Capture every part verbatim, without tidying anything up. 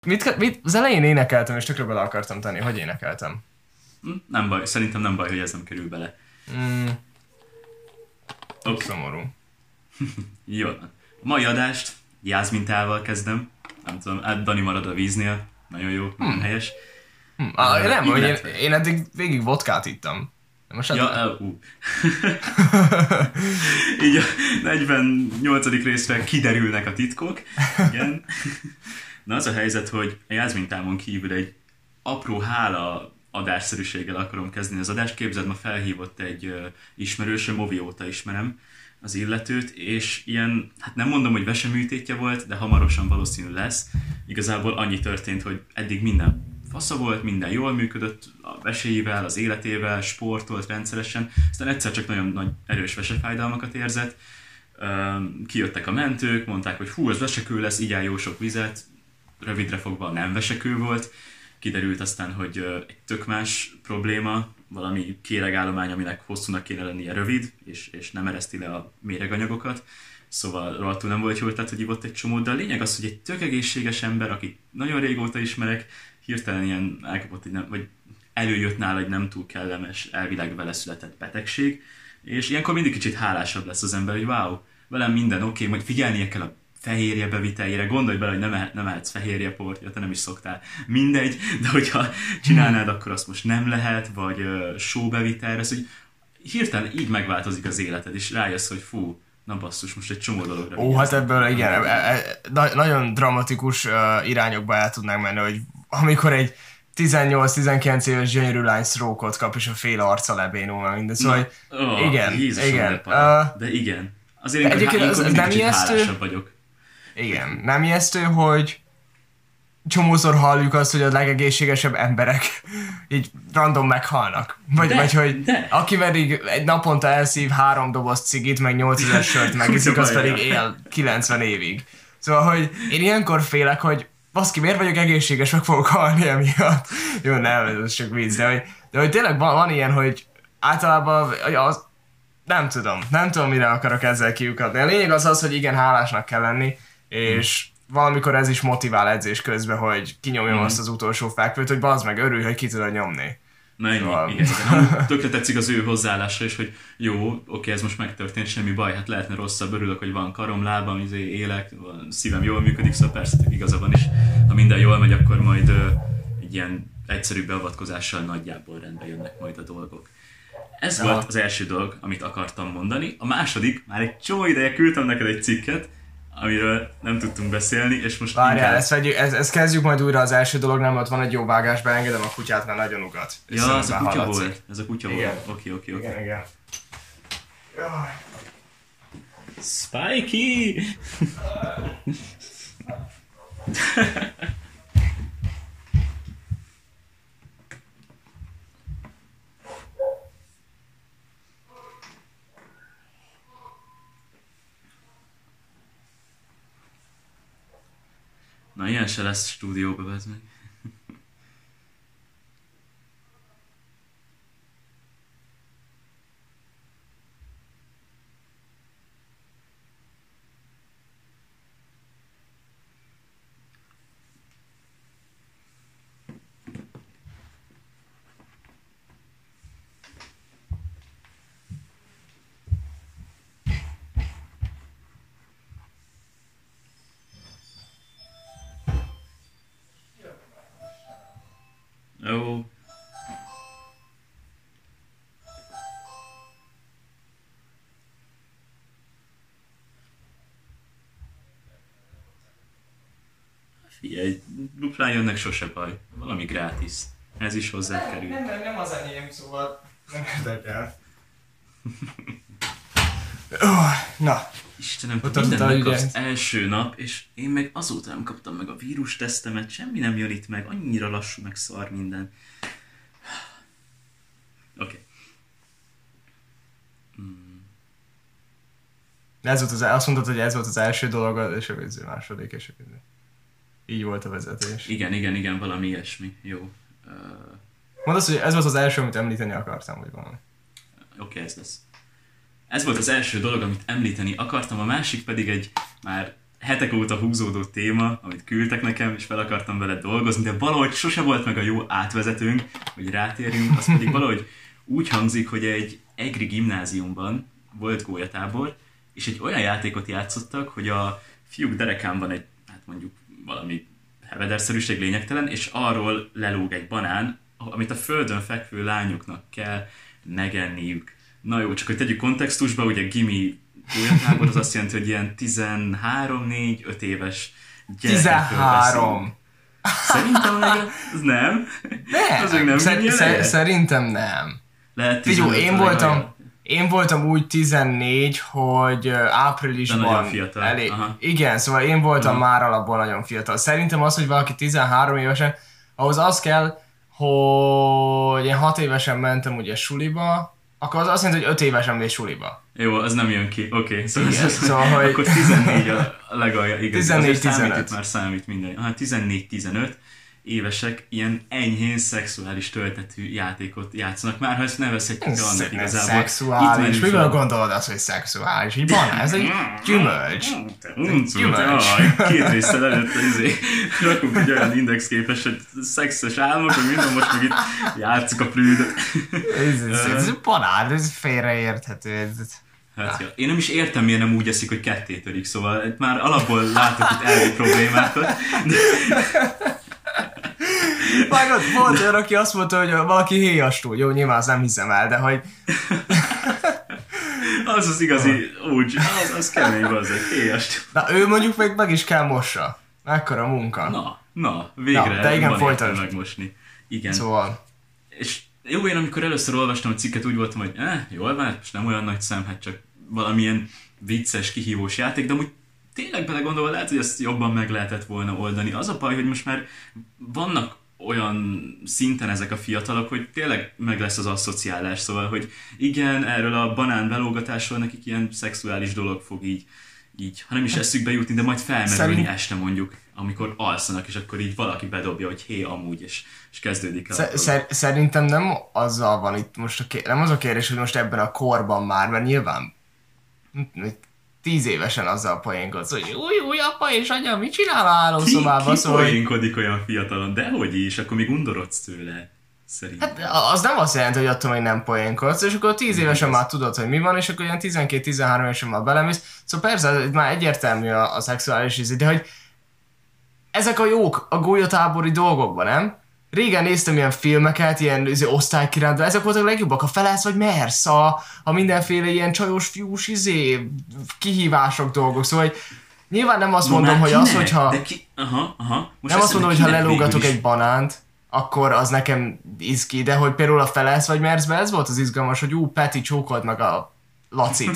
Mit, mit, az elején énekeltem, és tökre bele akartam tenni. Hogy énekeltem? Hm, nem baj, szerintem nem baj, hogy ez nem kerül bele. Mm. Okay. Szomorú. Jó. A mai adást jászmintával kezdem. Nem tudom, hát Dani marad a víznél. Nagyon jó, nagyon hmm. helyes. Hmm. Ah, uh, nem, hogy én, én eddig végig vodkát ittam. Most ja, uh, uh. Így a negyvennyolcadik részre kiderülnek a titkok. Igen. Na az a helyzet, hogy a jászmintámon kívül egy apró hála adásszerűséggel akarom kezdeni az adást. Képzeld, ma felhívott egy uh, ismerősöm, Ovi óta ismerem az illetőt, és ilyen, hát nem mondom, hogy veseműtétje volt, de hamarosan valószínű lesz. Igazából annyi történt, hogy eddig minden fasza volt, minden jól működött a veséivel, az életével, sportolt rendszeresen, aztán egyszer csak nagyon nagy erős vesefájdalmakat érzett. Kijöttek a mentők, mondták, hogy hú, ez vesekő lesz, igyál jó sok vizet, rövidre fogva nem vesekő volt. Kiderült aztán, hogy egy tök más probléma, valami kéregállomány, aminek hosszúnak kéne lennie rövid, és, és nem ereszti le a méreganyagokat. Szóval rohadtul nem volt jól, tehát hogy ivott egy csomót, de a lényeg az, hogy egy tök egészséges ember, akit nagyon régóta ismerek, hirtelen ilyen elkapott, egy nem, vagy előjött nála egy nem túl kellemes, elvileg vele született betegség, és ilyenkor mindig kicsit hálásabb lesz az ember, hogy wow, velem minden oké, okay, majd figyelnie kell a fehérje beviteljére, gondolj bele, hogy nem, ehet, nem ehetsz fehérjeport, ja, te nem is szoktál, mindegy, de hogyha csinálnád, akkor azt most nem lehet, vagy uh, sóbevitelre, szóval hirtelen így megváltozik az életed, és rájössz, hogy fú, na basszus, most egy csomó dologra. Ó, hát ebből igen, e, e, e, nagyon dramatikus uh, irányokba el tudnánk menni, hogy amikor egy tizennyolc-tizenkilenc éves gyönyörű lány stroke-ot kap, és a fél arca lebénul, meg minden, szóval, na, oh, igen, Jézusom, igen. De, uh, de igen. Azért én egyébként az, az nem ijesztő, vagyok. Igen, nem ijesztő, hogy csomószor halljuk azt, hogy a legegészségesebb emberek így random meghalnak. Vagy, de, vagy hogy de. aki pedig egy naponta elszív három doboz cigit, meg nyolcezer sört megiszik, az pedig él kilencven évig. Szóval, hogy én ilyenkor félek, hogy baszki, miért vagyok egészséges, meg fogok halni emiatt. Jó, nem, ez csak vicc, de hogy, de hogy tényleg van, van ilyen, hogy általában az, nem tudom, nem tudom, mire akarok ezzel kiukadni. A lényeg az az, hogy igen, hálásnak kell lenni, és hmm. valamikor ez is motivál edzés közben, hogy kinyomjam hmm. azt az utolsó fekvőt, hogy bazd meg, örülj, hogy ki tudod nyomni. Na ennyi, szóval... igen, igen. Tökre tetszik az ő hozzáállása is, hogy jó, oké, ez most megtörtént, semmi baj, hát lehetne rosszabb, örülök, hogy van karom, lábam, izé, élek, szívem jól működik, szóval persze, igaza van is. Ha minden jól megy, akkor majd uh, egy ilyen egyszerű beavatkozással nagyjából rendbe jönnek majd a dolgok. Ez ja. volt az első dolog, amit akartam mondani. A második, már egy csomó ideje küldtem neked egy cikket, amiről nem tudtunk beszélni, és most várjál, inkább... ezt, vegyük, ezt, ezt kezdjük majd újra az első dolog, nem, ott van egy jó vágás, beengedem a kutyát, mert nagyon ugat. Ja, ez a kutya volt. Ez a kutya igen. volt. Oké, oké, oké. Igen, igen. Jaj. Spikey! Na, ilyen se lesz stúdióba, vezd meg. Jó. Figyelj, duplán jönnek, sose baj. Valami gratis. Ez is hozzá kerül. Nem, nem, nem az enyém, szóval nem érdekel. Oh, na. Istenem, te mindennek az első nap, és én meg azóta nem kaptam meg a vírustesztemet, semmi nem jön itt meg, annyira lassú, meg szar minden. Oké. Okay. Hmm. Ez volt az, azt mondtad, hogy ez volt az első dolog, és a második, és a így volt a vezetés. Igen, igen, igen, valami ilyesmi. Jó. Uh... Mondd azt, hogy ez volt az első, amit említeni akartam, vagy valami. Oké, okay, ez lesz. Ez volt az első dolog, amit említeni akartam, a másik pedig egy már hetek óta húzódó téma, amit küldtek nekem, és fel akartam vele dolgozni, de valahogy sose volt meg a jó átvezetőnk, hogy rátérjünk, az pedig valahogy úgy hangzik, hogy egy egri gimnáziumban volt gólyatábor, és egy olyan játékot játszottak, hogy a fiúk derekán van egy, hát mondjuk valami hevederszerűség lényegtelen, és arról lelóg egy banán, amit a földön fekvő lányoknak kell megenniük. Na jó, csak hogy tegyük kontextusba, ugye gimi gólyatábor az azt jelenti, hogy ilyen tizenhárom, négy, öt éves gyerekekről tizenhárom. Szerintem meg az nem. Nem, az nem Szer- szer- szer- szerintem nem. Lehet Figyelj, én legalább. voltam, én voltam úgy tizennégy, hogy ö, De áprilisban nagyon fiatal. elég. Aha. Igen, szóval én voltam Aha. már alapból nagyon fiatal. Szerintem az, hogy valaki tizenhárom évesen, ahhoz az kell, hogy én hat évesen mentem ugye suliba, akkor az azt jelenti, hogy öt évesen mész suliba. Jó, az nem jön ki. Oké, okay, szóval, Igen, szóval, hogy- akkor tizennégy a legalja. Igen, tizennégy azért számít, tizenöt. itt már számít minden. Aha, tizennégy tizenöt évesek ilyen enyhén szexuális töltetű játékot játszanak. Már ha ezt nevezhetjük annak Szexuális. igazából. Szexuális. Itt Mivel van- gondolod azt, hogy szexuális? Így van, ez egy gyümölcs. Uncut, gyümölcs. jaj, két résszel előtt izé, rakunk egy olyan indexképes, hogy szexes álmok, hogy minden, most meg itt játsszuk a prűdöt. Ez, ez, ez banán, ez félreérthető. Ez, Hát, ja. Én nem is értem, miért nem úgy eszik, hogy ketté törik, szóval itt már alapból látok itt elvi problémákat. De... Vágod, volt olyan, aki azt mondta, hogy valaki héjastól. Jó, nyilván azt nem hiszem el, de hogy... Az az igazi úgy, az, az kemény bazzeg, héjast. Na, ő mondjuk még meg is kell mossa. Mekkora munka. Na, na, végre Na, de igen, van folytasd. értelme megmosni. Igen. Szóval... És jó, én amikor először olvastam a cikket, úgy voltam, hogy eh, jól van, hát most nem olyan nagy szem, hát csak valamilyen vicces, kihívós játék, de úgy tényleg belegondolva lehet, hogy ezt jobban meg lehetett volna oldani. Az a baj, hogy most már vannak olyan szinten ezek a fiatalok, hogy tényleg meg lesz az asszociálás, szóval, hogy igen, erről a banán belógatásról nekik ilyen szexuális dolog fog így, így ha nem is eszükbe jutni, de majd felmerülni Szerint... este mondjuk, amikor alszanak, és akkor így valaki bedobja, hogy hé, amúgy, és, és kezdődik el. Szer- szer- szerintem nem azzal van itt most a kérdés, nem az a kérdés, hogy most ebben a korban már, mert nyilván tíz évesen azzal poénkodsz, hogy új, új, apa és anya, mit csinál a hálószobában? Ki, ki Szóval, hogy- poénkodik olyan fiatalon? Dehogy is, akkor még undorodsz tőle. Szerintem. Hát az nem azt jelenti, hogy attól még nem poénkodsz, és akkor tíz évesen már tudod, hogy mi van, és akkor ilyen tizenkét-tizenhárom évesen már belemész. Szóval persze, ez már egyértelmű a, a szexuális íz, de hogy ezek a jók a gólyatábori dolgokban, nem? Régen néztem ilyen filmeket, ilyen izé, osztálykiránt, de ezek voltak a legjobbak, a felelsz vagy mersz, a, a mindenféle ilyen csajos fiús izé, kihívások dolgok, szóval hogy nyilván nem azt No, mondom, már hogy kinek? az, hogyha... De ki... Aha, aha. Most Nem azt mondom, hogy ha kinek lelógatok végül is- egy banánt, akkor az nekem izgi, de hogy például a felelsz vagy merszbe, ez volt az izgalmas, hogy ú, Peti csókolt meg a Lacit.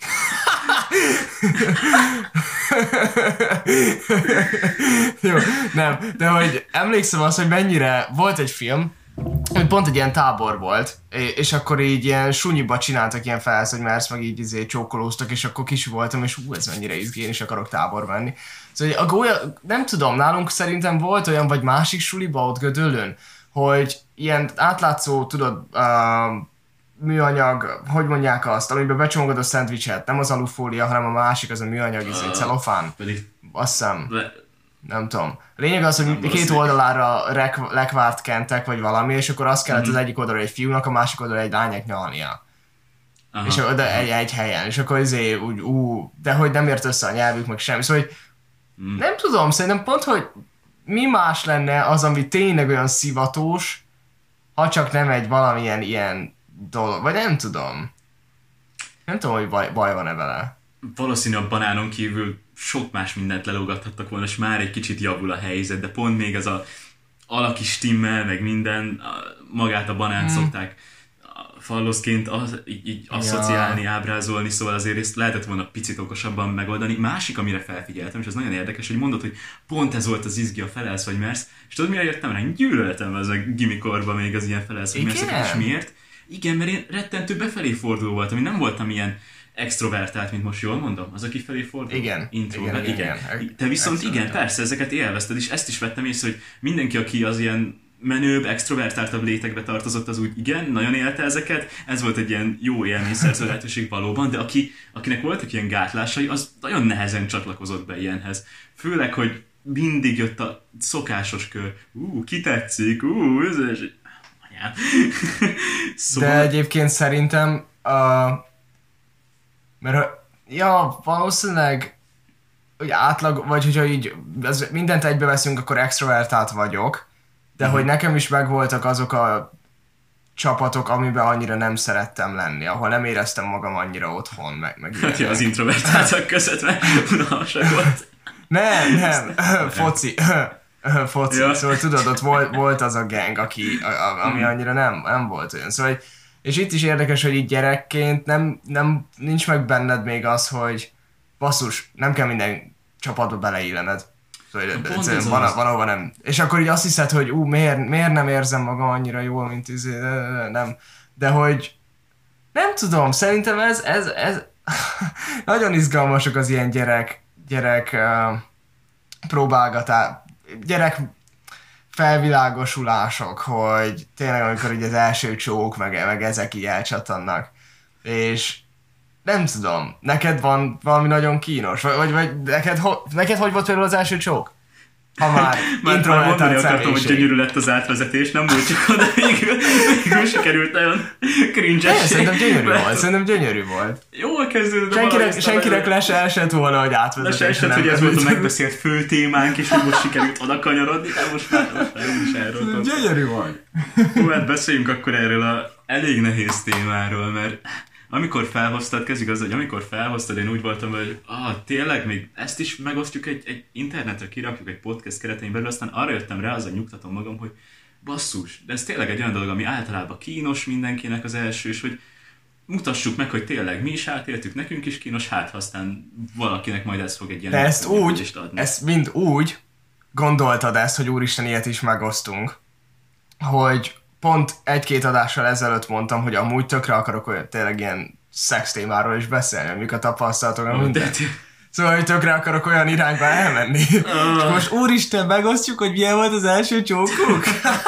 Jó, nem, de hogy emlékszem azt, hogy mennyire volt egy film, hogy pont egy ilyen tábor volt, és akkor így ilyen sunyiba csináltak ilyen felsz, hogy mersz, meg így izé csókolóztak, és akkor kis voltam, és ú, ez mennyire izgi, én is akarok táborba menni. Szóval a gólya, nem tudom, nálunk szerintem volt olyan, vagy másik suliba ott Gödöllőn, hogy ilyen átlátszó, tudod, uh, műanyag, hogy mondják azt, amiben becsomagod a szendvicset, nem az alufólia, hanem a másik, az a műanyag, izé, Ah. celofán, Pedig... azt hiszem. Le... Nem tudom. A lényeg az, hogy Nem két valószínű. oldalára rek- lekvárt kentek, vagy valami, és akkor az kellett Mhm. az egyik oldalra egy fiúnak, a másik oldalra egy lánynak nyalnia. Aha. És oda egy, egy helyen. És akkor azért úgy, ú, de hogy nem ért össze a nyelvük, meg semmi. Szóval, hogy Mm. nem tudom, szerintem pont, hogy mi más lenne az, ami tényleg olyan szivatós, ha csak nem egy valamilyen ilyen dolog, vagy nem tudom. Nem tudom, hogy baj, baj van-e vele. Valószínű a banánon kívül sok más mindent lelógathattak volna, és már egy kicsit javul a helyzet, de pont még ez a alaki stimmel, meg minden, a, magát a banánt Hmm. szokták a falloszként az, így, így asszociálni, ábrázolni, szóval azért ezt lehetett volna picit okosabban megoldani. Másik, amire felfigyeltem, és az nagyon érdekes, hogy mondod, hogy pont ez volt az izgi a felelsz vagy mersz, és tudod mire jöttem rá? Gyűlöltem az a gimikorban még az ilyen felelsz vagy mersz, Igen? és miért? Igen, mert én rettentő befelé forduló voltam, én nem voltam ilyen extrovertált, mint most jól mondom, az, aki felé fordul? Igen. Introvert, Igen, igen, igen, igen. Te viszont igen, Extrovertált. persze, ezeket élvezted, és ezt is vettem észre, hogy mindenki, aki az ilyen menőbb, extrovertáltabb létekbe tartozott, az úgy igen, nagyon élte ezeket, ez volt egy ilyen jó élményszerző lehetőség valóban, de aki, akinek voltak ilyen gátlásai, az nagyon nehezen csatlakozott be ilyenhez. Főleg, hogy mindig jött a szokásos kör, ú, ki tetszik, ú, ez anyám. Szóval... De egyébként szerintem, uh, mert ja, valószínűleg hogy átlag, vagy hogyha így ez, mindent egybe veszünk, akkor extrovertált vagyok, de mm. hogy nekem is megvoltak azok a csapatok, amiben annyira nem szerettem lenni, ahol nem éreztem magam annyira otthon, meg, meg hát ja, az introvertáltak között, mert unalmasak volt. Nem, nem, foci. Foci. Ja. Szóval tudod, ott volt, volt az a gang, aki, a, ami annyira nem, nem volt olyan. Szóval, és itt is érdekes, hogy így gyerekként nem, nem, nincs meg benned még az, hogy basszus, nem kell minden csapatba beleillened. Szóval van, van, van, ahova nem. És akkor így azt hiszed, hogy ú, miért, miért nem érzem magam annyira jól, mint izé, nem. De hogy nem tudom, szerintem ez, ez, ez nagyon izgalmasok az ilyen gyerek, gyerek uh, próbálgatá, gyerek felvilágosulások, hogy tényleg amikor így az első csók, meg, meg ezek így elcsatannak. És nem tudom, neked van valami nagyon kínos? Vagy, vagy, vagy neked, ho, neked hogy volt például az első csók? Ha már introvertált személyiség. Akartam, hogy gyönyörű lett az átvezetés, nem volt csak oda, végül, végül sikerült nagyon cringe-esség. Szerintem gyönyörű volt, szerintem gyönyörű volt. Jól kezdődött. Senkinek, senkinek le se esett volna, hogy átvezetés. Le se esett, hogy ez volt a megbeszélt fő témánk, és hogy most sikerült oda kanyarodni, de most már, most már úgy is elrontott. Gyönyörű volt. Hú, hát beszéljünk akkor erről a elég nehéz témáról, mert amikor felhoztad, kezdjük azzal, hogy amikor felhoztad, én úgy voltam, hogy ah, tényleg még ezt is megosztjuk egy, egy internetre, kirakjuk egy podcast keretein belül, aztán arra jöttem rá, azzal nyugtatom magam, hogy basszus, de ez tényleg egy olyan dolog, ami általában kínos mindenkinek az első, és hogy mutassuk meg, hogy tényleg mi is átéltük, nekünk is kínos, hát aztán valakinek majd ez fog egy ilyen... De ezt úgy, adni. Ezt mind úgy gondoltad ezt, hogy úristen, ilyet is megosztunk, hogy pont egy-két adással ezelőtt mondtam, hogy amúgy tökre akarok olyan tényleg ilyen szex témáról is beszélni, amik a tapasztalatok, oh, minden. Szóval, hogy tökre akarok olyan irányba elmenni. Oh. És most úristen, megosztjuk, hogy milyen volt az első csókuk?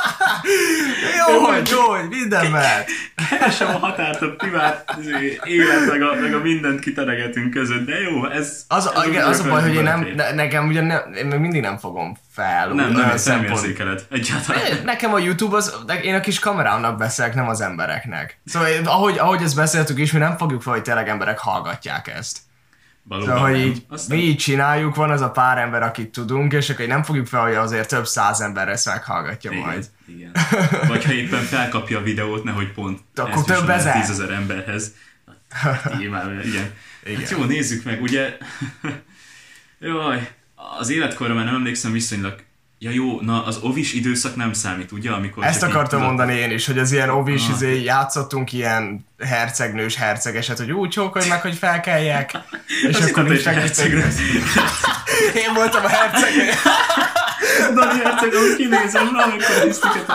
jó, jó, hogy, jó, hogy minden mehet. Keresem a határt a privát élet, meg a, meg a mindent kiteregetünk között, de jó, ez... Az, ez igen, az a baj, hogy én nem, ne, nekem ugye nem, én még mindig nem fogom fel. Nem, nem, nem érzékeled egyáltalán. Nekem a YouTube az, én a kis kamerámnak beszélek, nem az embereknek. Szóval ahogy, ahogy ezt beszéltük is, mi nem fogjuk fel, hogy tényleg emberek hallgatják ezt. Valóban szóval, hogy így, mi így csináljuk, van az a pár ember, akit tudunk, és akkor nem fogjuk fel, hogy azért több száz ember ezt meghallgatja igen, majd. Igen. Vagy ha éppen felkapja a videót, nehogy pont akkor több ezer. tízezer emberhez. Témában, igen. igen. Hát jó, nézzük meg, ugye... Jaj, az életkorra már nem emlékszem viszonylag... Ja jó, na az ovis időszak nem számít, ugye? Amikor ezt akartam így, mondani én is, hogy az ilyen ovis, ah. izé, játszottunk ilyen hercegnős hercegeset, hogy úgy csókolj meg, hogy felkeljek. És azt akkor is hercegnő. Én voltam a hercegnő. Dani herceg, ahogy kinézem, na, amikor tisztiket.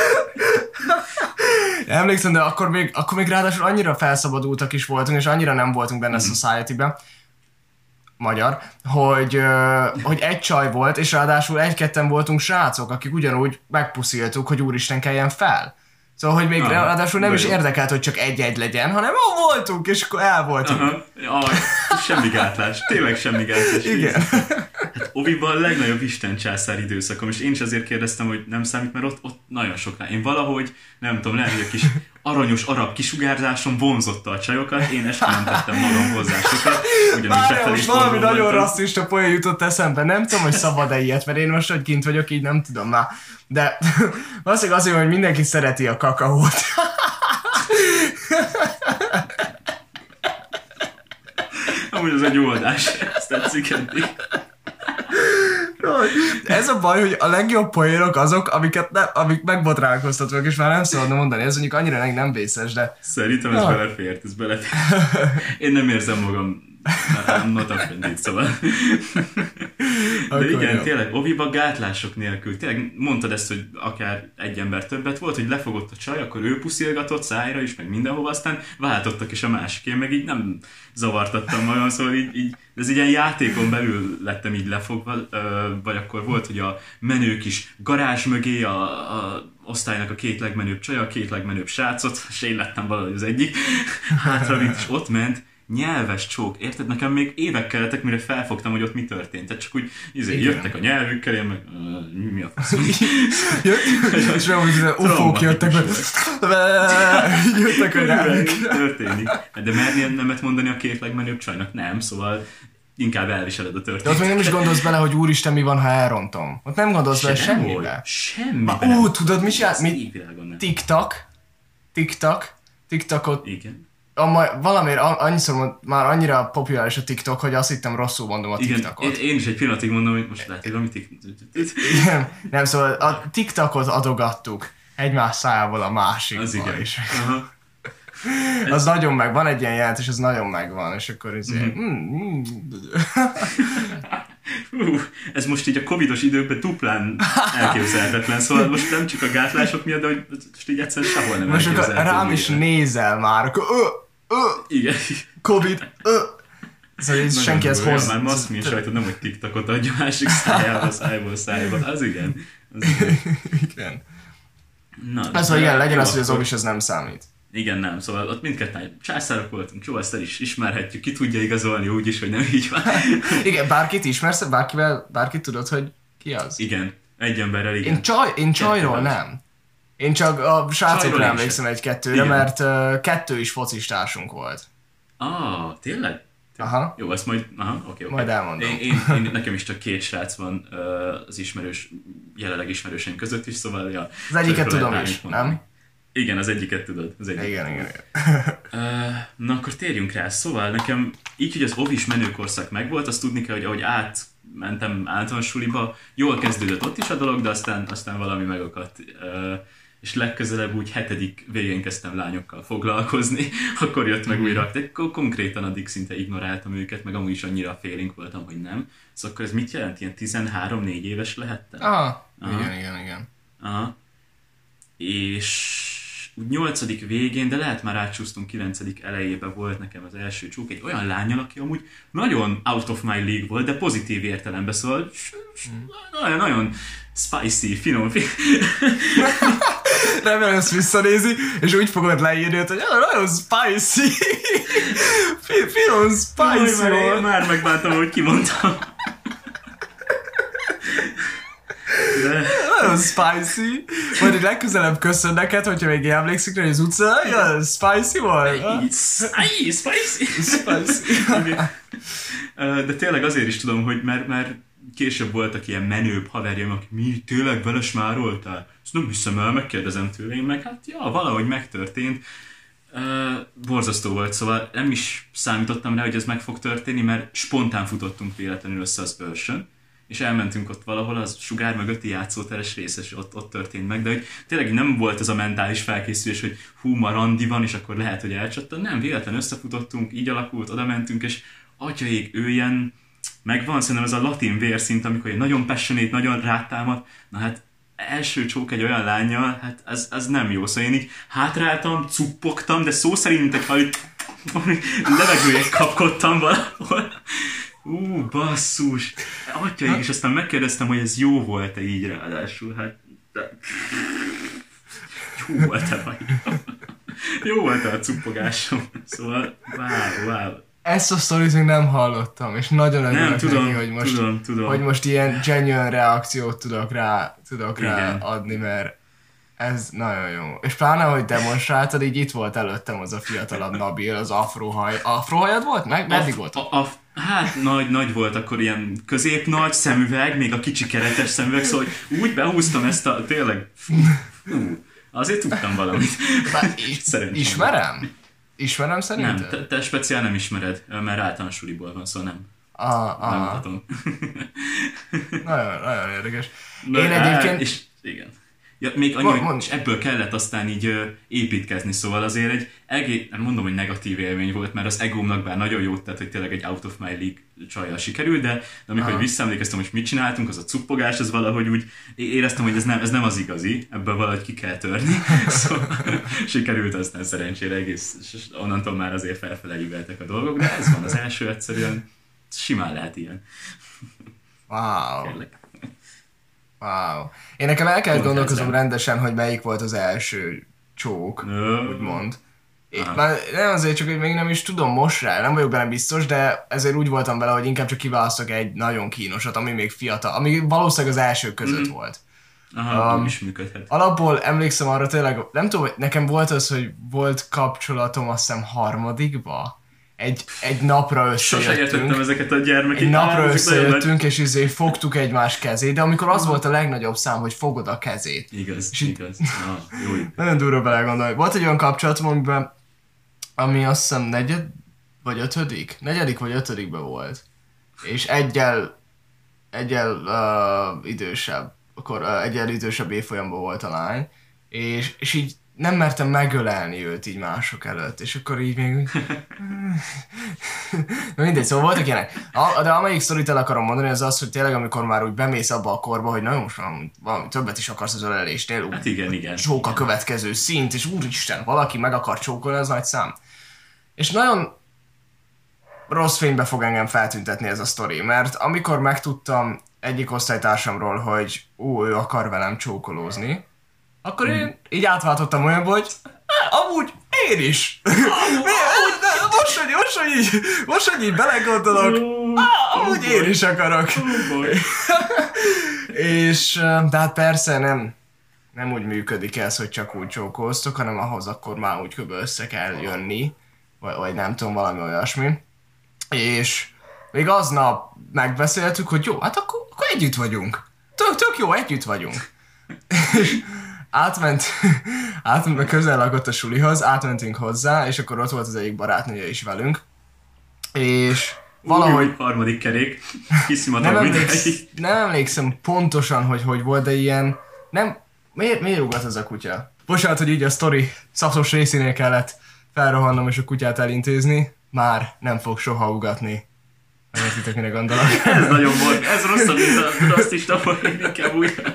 Emlékszem, de akkor még, akkor még ráadásul annyira felszabadultak is voltunk, és annyira nem voltunk benne mm-hmm. a Society-ben, magyar, hogy, uh, hogy egy csaj volt, és ráadásul egy-ketten voltunk srácok, akik ugyanúgy megpusziltuk, hogy úristen keljen fel. Szóval, hogy még ah, ráadásul nem is jó. Érdekelt, hogy csak egy-egy legyen, hanem ó, voltunk, és akkor el voltunk. Aha. Ja, semmi gátlás, tényleg semmi gátlás. Igen. Hát oviban a legnagyobb istencsászár időszakom, és én is azért kérdeztem, hogy nem számít, mert ott, ott nagyon sok rá. Én valahogy, nem tudom, lehet, hogy a kis aranyos arab kisugárzásom vonzotta a csajokat, én eskümentettem magam hozzá sokat. Várjál, most valami nagyon rasszista poén jutott eszembe, nem tudom, hogy szabad-e ilyet, mert én most, hogy kint vagyok, így nem tudom már. De valószínűleg azért, hogy mindenki szereti a kakaót. Amúgy az egy jó adás, ezt tetszik eddig. Ez a baj, hogy a legjobb poénok azok, amiket ne, amik megbotrálkoztatóak, és már nem szabadna mondani, ez mondjuk annyira nem vészes, de... Szerintem ez ja. belefért, ez belefért. Én nem érzem magam I'm not offended, szóval. De igen, jó. Tényleg, oviba gátlások nélkül. Tényleg mondtad ezt, hogy akár egy ember többet volt, hogy lefogott a csaj, akkor ő puszilgatott szájra is, meg mindenhova, aztán váltottak is a másik. Én meg így nem zavartattam magam, szóval így, így ez így ilyen játékon belül lettem így lefogva, vagy akkor volt, hogy a menők is garázs mögé a, a osztálynak a két legmenőbb csaja, a két legmenőbb srácot, és én lettem valahogy az egyik, hátra vitt, és ott ment, nyelves csók, érted? Nekem még évek kellettek, mire felfogtam, hogy ott mi történt. Tehát csak úgy izé, jöttek a nyelvükkel, én meg uh, mi a fasz? És olyan ufók jöttek, jöttek a nyelvükkel. Történik. De mernél nemet mondani a két legmenőbb csajnak? Nem, szóval inkább elviseled a történetet. De ott még nem is gondolsz bele, hogy úristen, mi van, ha elrontom. Ott nem gondolsz bele semmibe. Semmibe. Ó, tudod, mi csinál? Mi? TikTok. TikTok. TikTokot. Igen. A, valamiért annyiszor mond, már annyira populáris a TikTok, hogy azt hittem rosszul mondom a TikTokot. Igen, én is egy pillanatig mondom, hogy most lehet, hogy valami TikTok. Nem, nem, szóval a TikTokot adogattuk egymás szájából a másikba. Az igen. Is. Az ez... nagyon meg, van egy ilyen jelent, és az nagyon megvan, és akkor ezért... Mm. Mm, mm. Uh, ez most így a covidos időkben duplán elképzelhetetlen, szóval most nem csak a gátlások miatt, de hogy most így egyszerűen sehol nem most elképzelhető. Most akkor rám is nézel már, akkor ö, ö, igen. Covid, ö. Szóval ez senki ezt hoz... Már maszk mi sajtod, nem hogy TikTokot adja másik szájába, szájból szájába. Az igen. Az igen. igen. Na, ez, hogy igen, legyen az, hogy az obis ez nem számít. Igen, nem. Szóval ott mindketten császárok voltunk, jó, ezt el is ismerhetjük, ki tudja igazolni úgy is, hogy nem így van. Igen, bárkit ismersz, bárkivel, bárkit tudod, hogy ki az? Igen, egy emberrel igen. Én, csaj, én csajról nem. Én csak a srácokra emlékszem egy-kettőre, mert uh, kettő is focistársunk volt. Ah, tényleg? Aha. Jó, azt majd, aha, oké, oké. Majd elmondom. Én, én, én, nekem is csak két srác van uh, az ismerős, jelenleg ismerőseim között is, szóval ja. Az egyiket tudom is, nem? Igen, az egyiket tudod. Az egyiket. Igen, igen, igen. Uh, na akkor térjünk rá. Szóval nekem így, hogy az ovis menőkorszak megvolt, azt tudni kell, hogy ahogy átmentem általános suliba, jól kezdődött ott is a dolog, de aztán, aztán valami megakadt. Uh, és legközelebb úgy hetedik végén kezdtem lányokkal foglalkozni, akkor jött meg újra. De konkrétan addig szinte ignoráltam őket, meg amúgy is annyira félénk voltam, hogy nem. Szóval akkor ez mit jelent? Ilyen tizenhárom-négy éves lehettem? Aha, Aha. igen, igen, igen. Aha. És nyolcadik végén, de lehet már átcsúsztunk kilencedik elejében volt nekem az első csúk egy olyan lányal, aki amúgy nagyon out of my league volt, de pozitív értelemben, szóval nagyon, nagyon spicy, finom. Remélem ezt visszanézi, és úgy fogod leírni, hogy nagyon spicy. Finom, spicy Jaj, már, már megbántam, hogy kimondtam. De... Nagyon spicy. Majd egy legközelebb köszön neked, hogyha még emlékszik rá, hogy az utca, ja, spicy volt. Spicy, spicy. Spicy. De tényleg azért is tudom, hogy mert, mert később voltak ilyen menőbb haverjaim, akik mi tényleg belesmároltál? Ezt nem hiszem el, megkérdezem tőle, én meg hát ja, valahogy megtörtént. Uh, borzasztó volt, szóval nem is számítottam rá, hogy ez meg fog történni, mert spontán futottunk véletlenül össze az őrsön, és elmentünk ott valahol az sugár mögötti játszóteres rész, és ott, ott történt meg, de hogy tényleg nem volt ez a mentális felkészülés, hogy hú, ma randi van, és akkor lehet, hogy elcsattan. Nem, véletlen összefutottunk, így alakult, oda mentünk, és atyaik, ő ilyen megvan, szerintem ez a latin vérszint, amikor egy nagyon passionate, nagyon rátámad, na hát első csók egy olyan lányjal, hát ez, ez nem jó, szóval én így hátráltam, cuppogtam, de szó szerint, mint egy hali levegőjét kapkodtam valahol. Ú, basszus! Atyaik, és aztán megkérdeztem, hogy ez jó volt-e így ráadásul, hát... De... Jó volt-e vagy? Jó volt-e a cuppogásom? Szóval, wow, wow. Ezt a sztorit még nem hallottam, és nagyon örülök tudom, neki, hogy most, tudom, tudom. hogy most ilyen genuine reakciót tudok rá, tudok rá adni, mert ez nagyon jó. És pláne, hogy demonstráltad, így itt volt előttem az a fiatalabb Nabil, az afrohaj. Afrohajad volt? Meg? Meddig volt? A, a, hát nagy, nagy volt akkor ilyen középnagy szemüveg, még a kicsi keretes szemüveg, szóval úgy behúztam ezt a tényleg... Fú, azért tudtam valamit. Ismerem? Ismerem szerinted? Nem, te, te speciál nem ismered, mert általános suliból van, szóval nem. Ah, ah. Nem mutatom. nagyon, nagyon érdekes. Na, Én egyébként... És, igen. Ja, még annyi, Mond, hogy és ebből kellett aztán így ö, építkezni, szóval azért egy egész, nem mondom, hogy negatív élmény volt, mert az egómnak bár nagyon jót tett, hogy tényleg egy out of my league csajjal sikerült, de, de amikor visszaemlékeztem, hogy mit csináltunk, az a cuppogás, az valahogy úgy éreztem, hogy ez nem, ez nem az igazi, ebből valahogy ki kell törni, szóval sikerült aztán szerencsére egész, és onnantól már azért felfele íveltek a dolgok, de ez van az első, egyszerűen simán lehet ilyen. Wow. Kérlek. Wow. Én nekem el kellett Pont gondolkozom ezzel. rendesen, hogy melyik volt az első csók, Ö, úgymond. Én, Aha. már nem azért, csak hogy még nem is tudom most rá, nem vagyok benne biztos, de ezért úgy voltam vele, hogy inkább csak kiválasztok egy nagyon kínosat, ami még fiatal, ami valószínűleg az elsők között Mhm. volt. Aha, Um, úgy is működhet. Alapból emlékszem arra tényleg, nem tudom, hogy nekem volt az, hogy volt kapcsolatom azt hiszem harmadikba. Egy, egy napra Sose értettem összejöttünk. ezeket a gyermeki... Egy napra Á, ezek nagyon összejöttünk, és izé fogtuk egymás kezét, de amikor az volt a legnagyobb szám, hogy fogod a kezét. nagy- Igaz, És itt- igaz. Na, jó. Nagyon durva belegondolni. Volt egy olyan kapcsolatom, amiben, ami azt hiszem negyed, vagy ötödik? Negyedik vagy ötödikben volt. És egyel, egyel uh, idősebb, akkor uh, egyel idősebb évfolyamban volt a lány, és, és így nem mertem megölelni őt így mások előtt, és akkor így még... Na mindegy, szóval voltak ilyenek. A, de amelyik sztorit el akarom mondani, az az, hogy tényleg amikor már úgy bemész abba a korba, hogy nagyon most valami, valami többet is akarsz az ölelésnél, úgy Hát igen, igen. csók a következő szint, és úristen, valaki meg akar csókolni, az nagy szám. És nagyon rossz fénybe fog engem feltüntetni ez a sztori, mert amikor megtudtam egyik osztálytársamról, hogy ú, ő akar velem csókolózni, akkor én így átváltottam olyanba, hogy "Á, amúgy én is. most, hogy, most, hogy így, most, hogy így belegondolok, á, amúgy én is akarok. Oh boy. És ö, de hát persze nem, nem úgy működik ez, hogy csak úgy csókoloztok, hanem ahhoz akkor már úgy kb. Össze kell jönni, vagy, vagy nem tudom, valami olyasmi. És még aznap megbeszéltük, hogy jó, hát akkor, akkor együtt vagyunk. Tök, tök jó, együtt vagyunk. És átment, átment, közel lakott a sulihoz, átmentünk hozzá, és akkor ott volt az egyik barátnője is velünk. És valahogy... Új, harmadik kerék. Nem, Kiszimatag emléksz, mindenki. nem emlékszem pontosan, hogy hogy volt, de ilyen... Nem... Miért, miért ugat ez a kutya? Bocsánat, hogy így a sztori szaftos részénél kellett felrohannom és a kutyát elintézni. Már nem fog soha ugatni. Nem értitek, mire gondolok. Ez nagyon volt. Ez rosszabb, mint a rasszista poén, inkább úgy.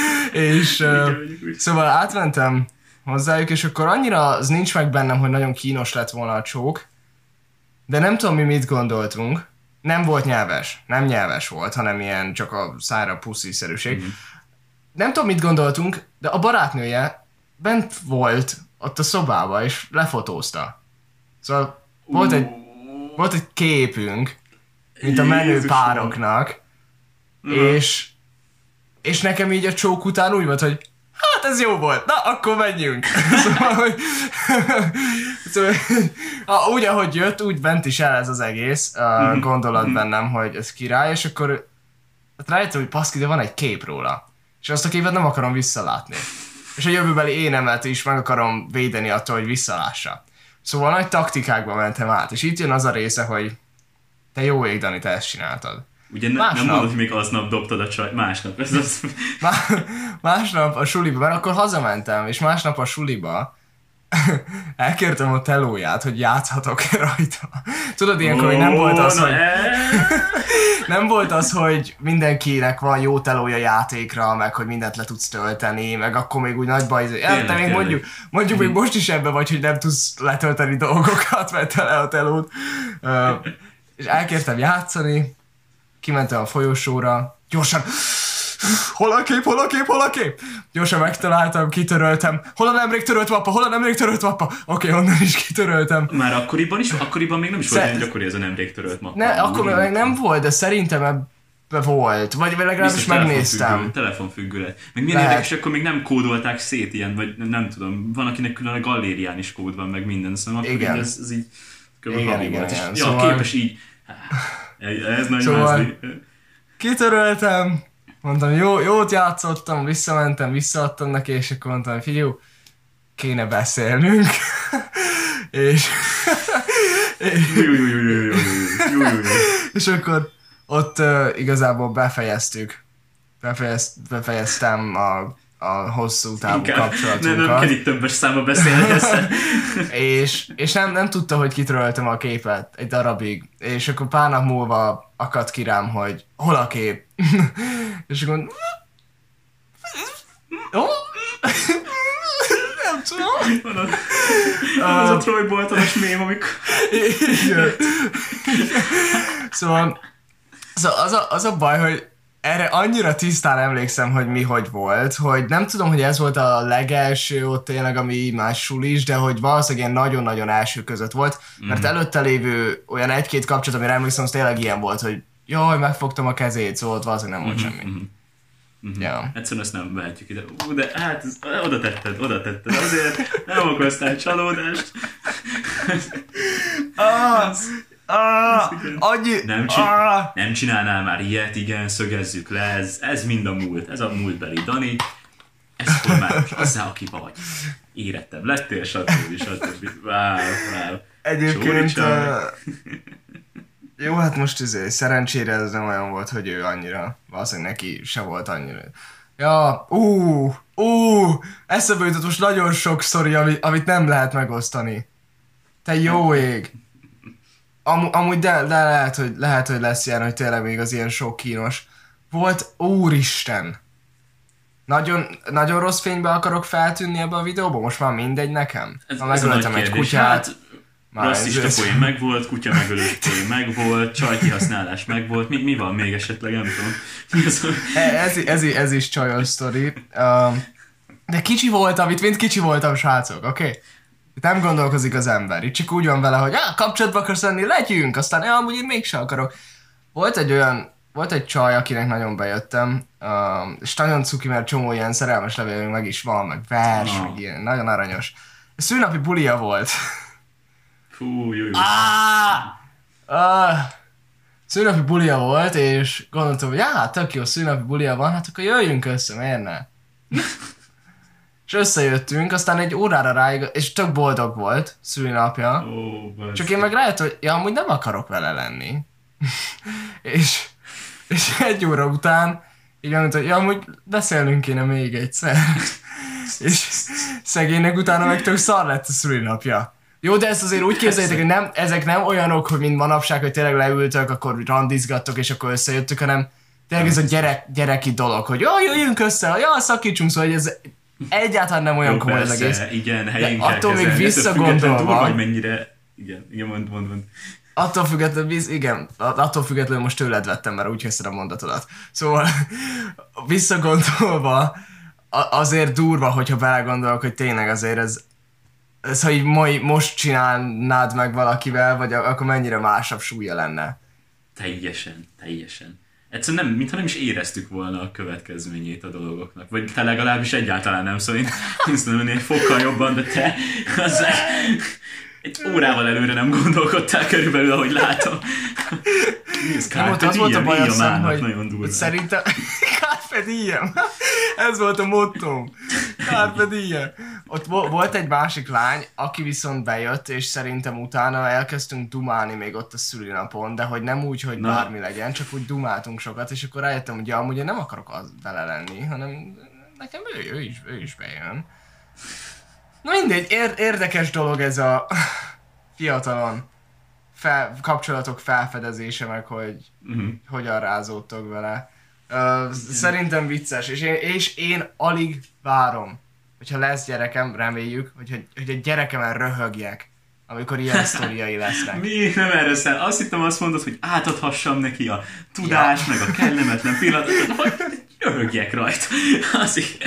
És uh, Inkább úgy. szóval átmentem hozzájuk, és akkor annyira az nincs meg bennem, hogy nagyon kínos lett volna a csók, de nem tudom, mi mit gondoltunk. Nem volt nyelves. Nem nyelves volt, hanem ilyen csak a szára pusziszerűség. Mhm. Nem tudom, mit gondoltunk, de a barátnője bent volt ott a szobába, és lefotózta. Szóval volt egy, volt egy képünk, mint a menő Jézusom. pároknak, Mhm. és, és nekem így a csók után úgy volt, hogy hát ez jó volt, na akkor menjünk. Szóval, hogy szóval, ah, úgy ahogy jött, úgy bent is el ez az egész uh, gondolat bennem, hogy ez király, és akkor hát rájöttem, hogy paszki, de van egy kép róla. És azt a képet nem akarom visszalátni. És a jövőbeli énemet is meg akarom védeni attól, hogy visszalássa. Szóval nagy taktikákba mentem át, és itt jön az a része, hogy te jó ég, Dani, te ezt csináltad. Ugye ne, Másnap. nem mondod, hogy még aznap dobtad a csaj, másnap. Ez az... Má- másnap a suliba, mert akkor hazamentem, és másnap a suliba elkértem a telóját, hogy játszhatok rajta. Tudod, ilyenkor még nem volt az, Ó, na, hogy... e- Nem volt az, hogy mindenkinek van jó telója játékra, meg hogy mindent le tudsz tölteni, meg akkor még úgy nagy baj. Ja, te még tényleg. mondjuk, mondjuk még most is ebben vagy, hogy nem tudsz letölteni dolgokat, mert te le a telót. Uh, és elkértem játszani, kimentem a folyosóra, gyorsan, hol a kép, hol a kép, hol a kép? Gyorsan megtaláltam, kitöröltem. Hol a nemrég törölt mappa, hol a nemrég törölt mappa? Oké, okay, onnan is kitöröltem. Már akkoriban is, akkoriban még nem is volt Szer- olyan gyakori ez a nemrég törölt mappa. Ne, akkor Úgy, még nem volt, de szerintem ebbe volt. Vagy legalábbis biztos megnéztem. telefonfüggő- Telefonfüggő lett. Meg milyen Lehet. érdekes, akkor még nem kódolták szét ilyen, vagy nem, nem tudom, van akinek külön a galérián is kód van, meg minden, szóval akkor Igen. így ez, ez így kb. Igen, havi igen, volt. És, igen. ja, Szóval- képes így, ez nagy Szóval- mázli. Kitöröltem, mondtam, jó, jót játszottam, visszamentem, visszaadtam neki, és akkor mondtam, hogy figyelj, kéne beszélnünk. és, Jú, jú, jú, jú, jú, jú, jú, jú, jú. és akkor ott uh, igazából befejeztük. Befejezt, befejeztem a, a hosszú távú Inkább kapcsolatunkat. Nem, nem kell itt többes számba beszélni ezt. és és nem, nem tudta, hogy kitöröltem a képet egy darabig. És akkor pár nap múlva akadt ki rám, hogy hol a kép? és akkor oh? nem tudom. Van az, az a Troy Boltonos mém, amikor... Igen. Szóval, szóval az, a, az a baj, hogy erre annyira tisztán emlékszem, hogy mi hogy volt, hogy nem tudom, hogy ez volt a legelső ott tényleg, ami más sulis, de hogy valószínűleg ilyen nagyon-nagyon első között volt, mert mm. előtte lévő olyan egy-két kapcsolat, amire emlékszem, az tényleg ilyen volt, hogy jaj, megfogtam a kezét, szóval ott valószínűleg nem volt mm-hmm. semmi. Mm-hmm. Ja. Egyszerűen ezt nem vehetjük ide. Ú, de hát, ez, oda tetted, oda tetted, azért nem okoztál csalódást. ah, ah, annyi, nem, csi- ah. nem csinálnál már ilyet, igen, szögezzük le, ez, ez mind a múlt, ez a múltbeli Dani, ez formális, azzá, aki vagy. Érettebb lettél, stb. stb. Wow, wow. Egyébként... Uh, jó, hát most izé, szerencsére ez nem olyan volt, hogy ő annyira, valószínűleg neki se volt annyira. Ja, ú, ú, eszembe jutott most nagyon sok sztori, amit, amit nem lehet megosztani. Te jó ég! Am, amúgy de, de lehet, hogy, lehet, hogy lesz ilyen, hogy tényleg még az ilyen sok kínos. Volt, úristen! Nagyon, nagyon rossz fénybe akarok feltűnni ebbe a videóba? Most már mindegy nekem? Ez, ha megöltem egy kutyát... Hát, rasszista poén megvolt, kutya megölős poén megvolt, csajkihasználás megvolt, mi, mi van még esetleg, nem tudom. ez, ez, ez is csajos sztori. Um, de kicsi voltam, itt mind kicsi voltam, srácok, oké? Okay? Itt nem gondolkozik az ember, itt csak úgy van vele, hogy ah, kapcsolatba akarsz lenni, legyünk, aztán ja, amúgy én mégsem akarok. Volt egy olyan, volt egy csaj, akinek nagyon bejöttem, um, és nagyon cuki, mert csomó ilyen szerelmes levél meg is van, meg vers, no. meg ilyen, nagyon aranyos. Szülinapi bulia volt. Fú, jó, jó. Ah! Ah! Szülinapi bulia volt, és gondoltam, hogy já, tök jó, szülinapi bulia van, hát akkor jöjjünk össze, miért ne? És összejöttünk, aztán egy órára ráig, és tök boldog volt szülinapja. Oh, csak én meg rájöttem, hogy ja, amúgy nem akarok vele lenni. és, és egy óra után így mondta, hogy ja, amúgy beszélnünk kéne még egyszer. és szegénynek utána meg tök szar lett a szülinapja. Jó, de ezt azért úgy képzeljétek, hogy nem, ezek nem olyanok, hogy mint manapság, hogy tényleg leültök, akkor randizgattok, és akkor összejöttök, hanem tényleg ez a gyerek, gyereki dolog, hogy jó, jöjjünk össze, ja, szakítsunk, szóval hogy ez egyáltalán nem olyan komoly az egész. Igen, helyén kell attól kezelni. Még visszagondolva... hogy mennyire... Igen, igen, mond, mond, mond. Attól függetlenül, igen, attól függetlenül most tőled vettem, mert úgy kezdted a mondatodat. Szóval visszagondolva azért durva, hogyha belegondolok, hogy tényleg azért ez ez, ha így mai, most csinálnád meg valakivel, vagy akkor mennyire másabb súlya lenne? Teljesen, teljesen. Egyszerűen nem, mintha nem is éreztük volna a következményét a dolgoknak. Vagy te legalábbis egyáltalán nem, szóval én szerintem egy fokkal jobban, de te az egy órával előre nem gondolkodtál körülbelül, ahogy látom. Ez Carpe az volt a baj, azt hiszem, hogy, nagyon durva. Hogy szerintem Carpe diem. Ez volt a mottom. Carpe diem. Ott volt egy másik lány, aki viszont bejött, és szerintem utána elkezdtünk dumálni még ott a szülinapon, de hogy nem úgy, hogy Na. bármi legyen, csak úgy dumáltunk sokat, és akkor rájöttem, hogy ja, amúgy én nem akarok az vele lenni, hanem nekem ő, ő, is, ő is bejön. Na mindegy, ér- érdekes dolog ez a fiatalon fel, kapcsolatok felfedezése, meg hogy uh-huh. hogyan rázódtok vele. Uh, szerintem vicces, és én, és én alig várom, hogyha lesz gyerekem, reméljük, hogy, hogy a gyerekemen röhögjek, amikor ilyen sztoriai lesznek. Mi? Nem erre szám. Azt hittem, azt mondod, hogy átadhassam neki a tudást, ja. meg a kellemetlen pillanatot, hogy röhögjek rajta. Az igen.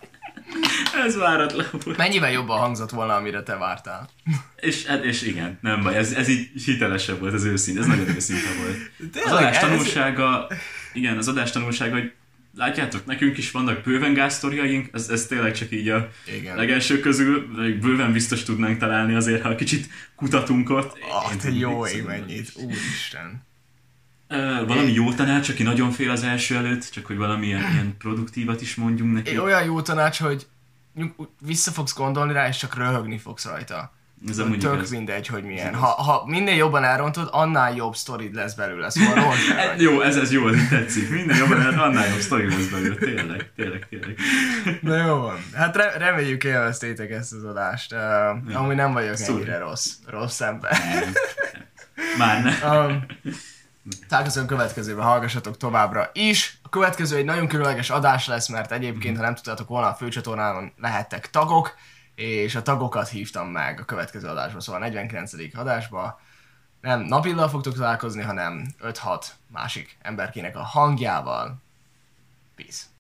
Ez váratlan volt. Mennyivel jobban hangzott volna, amire te vártál. És, és igen, nem baj, ez, ez így hitelesebb volt, ez őszint, ez nagyon őszinte volt. Tényleg, az adás tanulsága, ez... igen, az adás tanulsága, hogy látjátok, nekünk is vannak bőven gázsztoriaink, ez, ez tényleg csak így a igen. legelső közül, bőven biztos tudnánk találni azért, ha kicsit kutatunk ott. Ah, te jó ég mennyit, úristen. Uh, valami jó tanács, aki nagyon fél az első előtt, csak hogy valami ilyen, ilyen produktívat is mondjunk neki. Olyan jó tanács, hogy vissza fogsz gondolni rá, és csak röhögni fogsz rajta. Ez a tök ez... mindegy, hogy milyen. Ha, ha minél jobban elrontod, annál jobb sztorid lesz belőle. Szóval jó, ez, ez jó, ez tetszik. Minél jobban elrontod, annál jobb sztori lesz belőle. Tényleg, tényleg, tényleg. Na jó van. Hát re- reméljük élveztétek ezt az adást. Uh, ja. Amúgy nem vagyok Szúr. ennyire rossz, rossz ember. Nem. Már nem. Um, Találkozunk következőben, hallgassatok továbbra is. A következő egy nagyon különleges adás lesz, mert egyébként, ha nem tudtátok volna, a főcsatornán lehettek tagok, és a tagokat hívtam meg a következő adásba, szóval a negyvenkilencedik adásba. Nem Nabillal fogtok találkozni, hanem öt-hat másik emberkének a hangjával. Peace.